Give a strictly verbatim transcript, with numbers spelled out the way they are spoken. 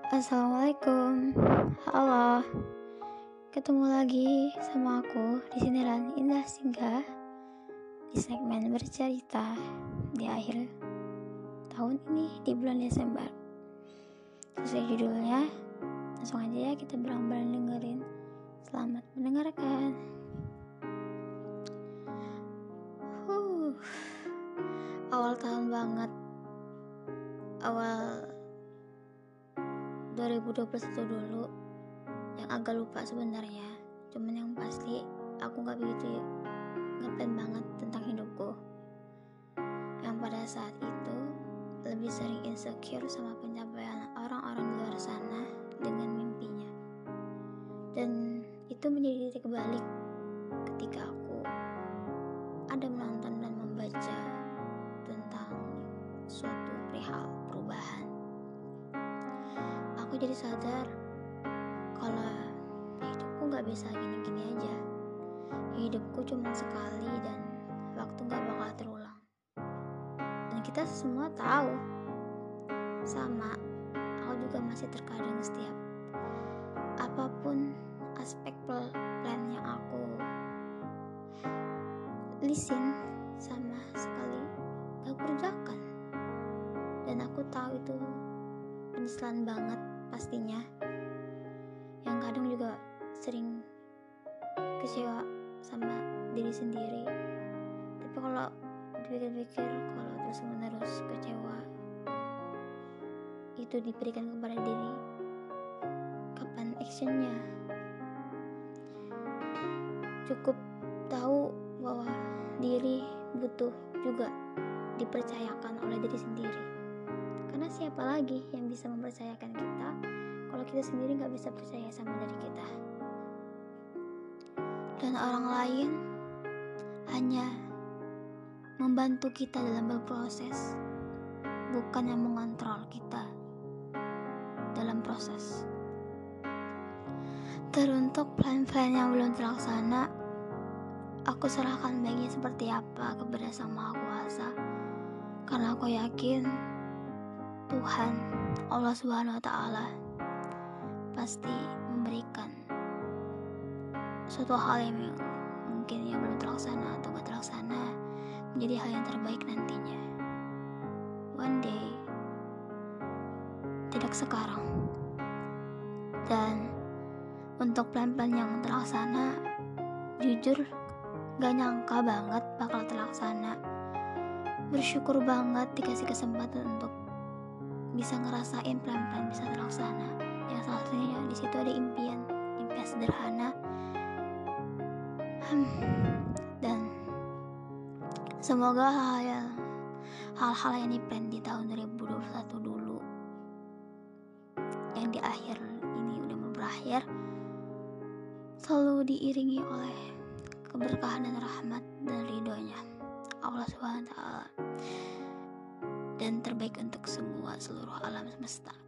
Assalamualaikum. Halo. Ketemu lagi sama aku di sindiran Indah Singgah di segmen bercerita di akhir tahun ini di bulan Desember. Sesuai judulnya, langsung aja ya kita bareng-bareng dengerin. Selamat mendengarkan. Huh. Awal tahun banget. Awal dua ribu dua puluh satu dulu yang agak lupa sebenarnya, cuman yang pasti aku gak begitu ngeplan banget tentang hidupku, yang pada saat itu lebih sering insecure sama pencapaian orang-orang di luar sana dengan mimpinya. Dan itu menjadi titik balik ketika aku ada menonton dan membaca tentang suatu perihal perubahan. Aku jadi sadar kalau hidupku gak bisa gini-gini aja. Hidupku cuma sekali dan waktu gak bakal terulang. Dan kita semua tahu, sama, aku juga masih terkadang setiap apapun aspek plan yang aku lisin sama sekali gak kerjakan. Dan aku tahu itu penyesalan banget pastinya, yang kadang juga sering kecewa sama diri sendiri. Tapi kalau dipikir-pikir, kalau terus menerus kecewa itu diberikan kepada diri, kapan actionnya? Cukup tahu bahwa diri butuh juga dipercayakan oleh diri sendiri. Karena siapa lagi yang bisa mempercayakan kita kalau kita sendiri gak bisa percaya sama diri kita. Dan orang lain hanya membantu kita dalam berproses, bukan yang mengontrol kita dalam proses. Teruntuk plan-plan yang belum terlaksana, aku serahkan baiknya seperti apa kepada Sang Maha Kuasa. Karena aku yakin Tuhan, Allah Subhanahu wa Ta'ala, pasti memberikan suatu hal yang mungkin yang belum terlaksana atau gak terlaksana menjadi hal yang terbaik nantinya. One day, tidak sekarang. Dan untuk plan-plan yang terlaksana, jujur gak nyangka banget bakal terlaksana. Bersyukur banget dikasih kesempatan untuk bisa ngerasain plan-plan bisa terlaksana. Yang salah satunya di situ ada impian, impian sederhana. Hmm. Dan semoga hal-hal hal-hal yang di-plan di tahun dua ribu dua puluh satu dulu, yang di akhir ini udah mau berakhir, selalu diiringi oleh keberkahan dan rahmat dan ridhonya Allah Subhanahu wa Ta'ala, dan terbaik untuk semua seluruh alam semesta.